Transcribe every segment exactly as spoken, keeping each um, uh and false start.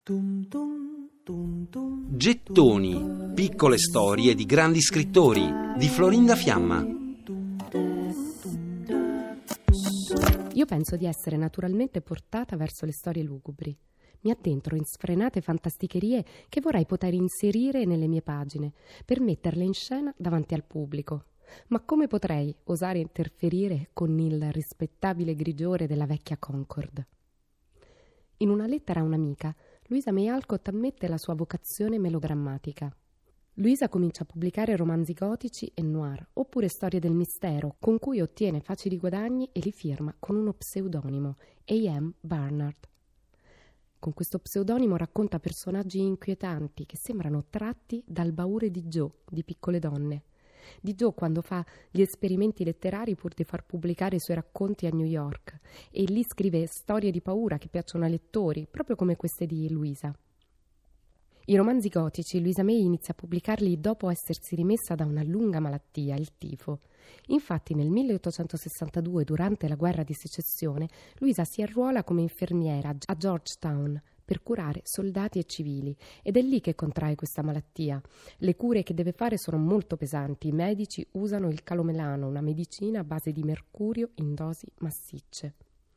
Gettoni, piccole storie di grandi scrittori di Florinda Fiamma. Io penso di essere naturalmente portata verso le storie lugubri. Mi addentro in sfrenate fantasticherie che vorrei poter inserire nelle mie pagine per metterle in scena davanti al pubblico. Ma come potrei osare interferire con il rispettabile grigiore della vecchia Concord? In una lettera a un'amica, Louisa May Alcott ammette la sua vocazione melodrammatica. Luisa comincia a pubblicare romanzi gotici e noir, oppure storie del mistero, con cui ottiene facili guadagni e li firma con uno pseudonimo, A M Barnard. Con questo pseudonimo racconta personaggi inquietanti che sembrano tratti dal baule di Joe, di Piccole donne. Di Joe quando fa gli esperimenti letterari pur di far pubblicare i suoi racconti a New York, e lì scrive storie di paura che piacciono ai lettori, proprio come queste di Luisa. I romanzi gotici Louisa May inizia a pubblicarli dopo essersi rimessa da una lunga malattia, il tifo. Infatti nel milleottocentosessantadue, durante la guerra di secessione, Luisa si arruola come infermiera a Georgetown per curare soldati e civili, ed è lì che contrae questa malattia. Le cure che deve fare sono molto pesanti, i medici usano il calomelano, una medicina a base di mercurio in dosi massicce.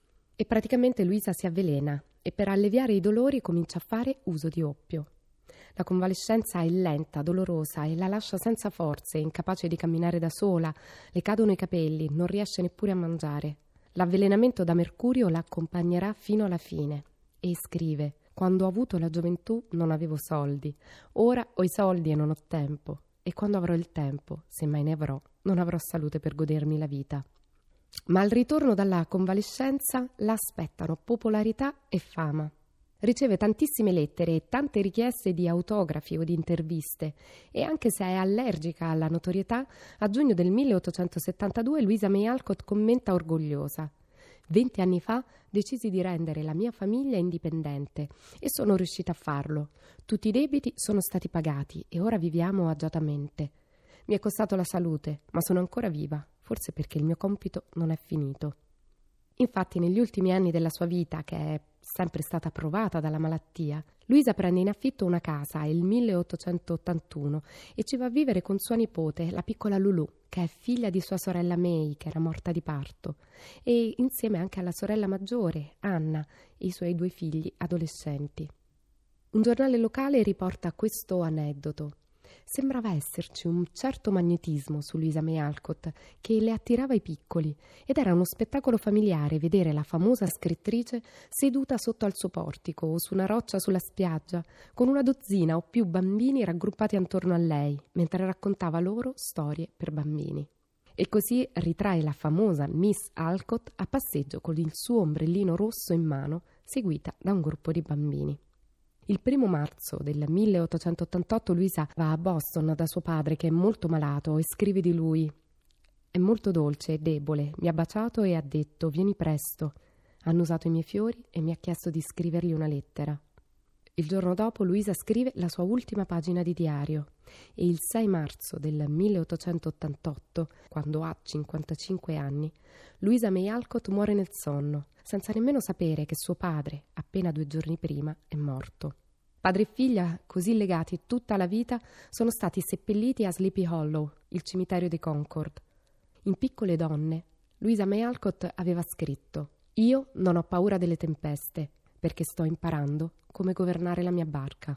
E praticamente Luisa si avvelena e per alleviare i dolori comincia a fare uso di oppio. La convalescenza è lenta, dolorosa e la lascia senza forze, incapace di camminare da sola, le cadono i capelli, non riesce neppure a mangiare. L'avvelenamento da mercurio la accompagnerà fino alla fine. E scrive: «Quando ho avuto la gioventù non avevo soldi, ora ho i soldi e non ho tempo, e quando avrò il tempo, se mai ne avrò, non avrò salute per godermi la vita». Ma al ritorno dalla convalescenza la aspettano popolarità e fama. Riceve tantissime lettere e tante richieste di autografi o di interviste, e anche se è allergica alla notorietà, a giugno del milleottocentosettantadue Louisa May Alcott commenta orgogliosa: «Venti anni fa decisi di rendere la mia famiglia indipendente e sono riuscita a farlo. Tutti i debiti sono stati pagati e ora viviamo agiatamente. Mi è costato la salute, ma sono ancora viva, forse perché il mio compito non è finito». Infatti negli ultimi anni della sua vita, che è sempre stata provata dalla malattia, Luisa prende in affitto una casa, è il milleottocentottantuno, e ci va a vivere con sua nipote, la piccola Lulu, che è figlia di sua sorella May, che era morta di parto, e insieme anche alla sorella maggiore, Anna, e i suoi due figli adolescenti. Un giornale locale riporta questo aneddoto. Sembrava esserci un certo magnetismo su Louisa May Alcott che le attirava i piccoli, ed era uno spettacolo familiare vedere la famosa scrittrice seduta sotto al suo portico o su una roccia sulla spiaggia con una dozzina o più bambini raggruppati attorno a lei mentre raccontava loro storie per bambini. E così ritrae la famosa Miss Alcott a passeggio con il suo ombrellino rosso in mano, seguita da un gruppo di bambini. Il primo marzo del milleottocentottantotto Luisa va a Boston da suo padre, che è molto malato, e scrive di lui: «È molto dolce e debole, mi ha baciato e ha detto vieni presto. Ha annusato i miei fiori e mi ha chiesto di scrivergli una lettera». Il giorno dopo Luisa scrive la sua ultima pagina di diario, e il sei marzo del milleottocentottantotto, quando ha cinquantacinque anni, Louisa May Alcott muore nel sonno, senza nemmeno sapere che suo padre, appena due giorni prima, è morto. Padre e figlia, così legati tutta la vita, sono stati seppelliti a Sleepy Hollow, il cimitero di Concord. In Piccole donne, Louisa May Alcott aveva scritto: «Io non ho paura delle tempeste, perché sto imparando come governare la mia barca».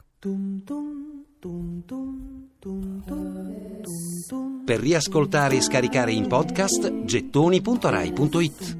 Per riascoltare e scaricare in podcast gettoni punto rai punto it.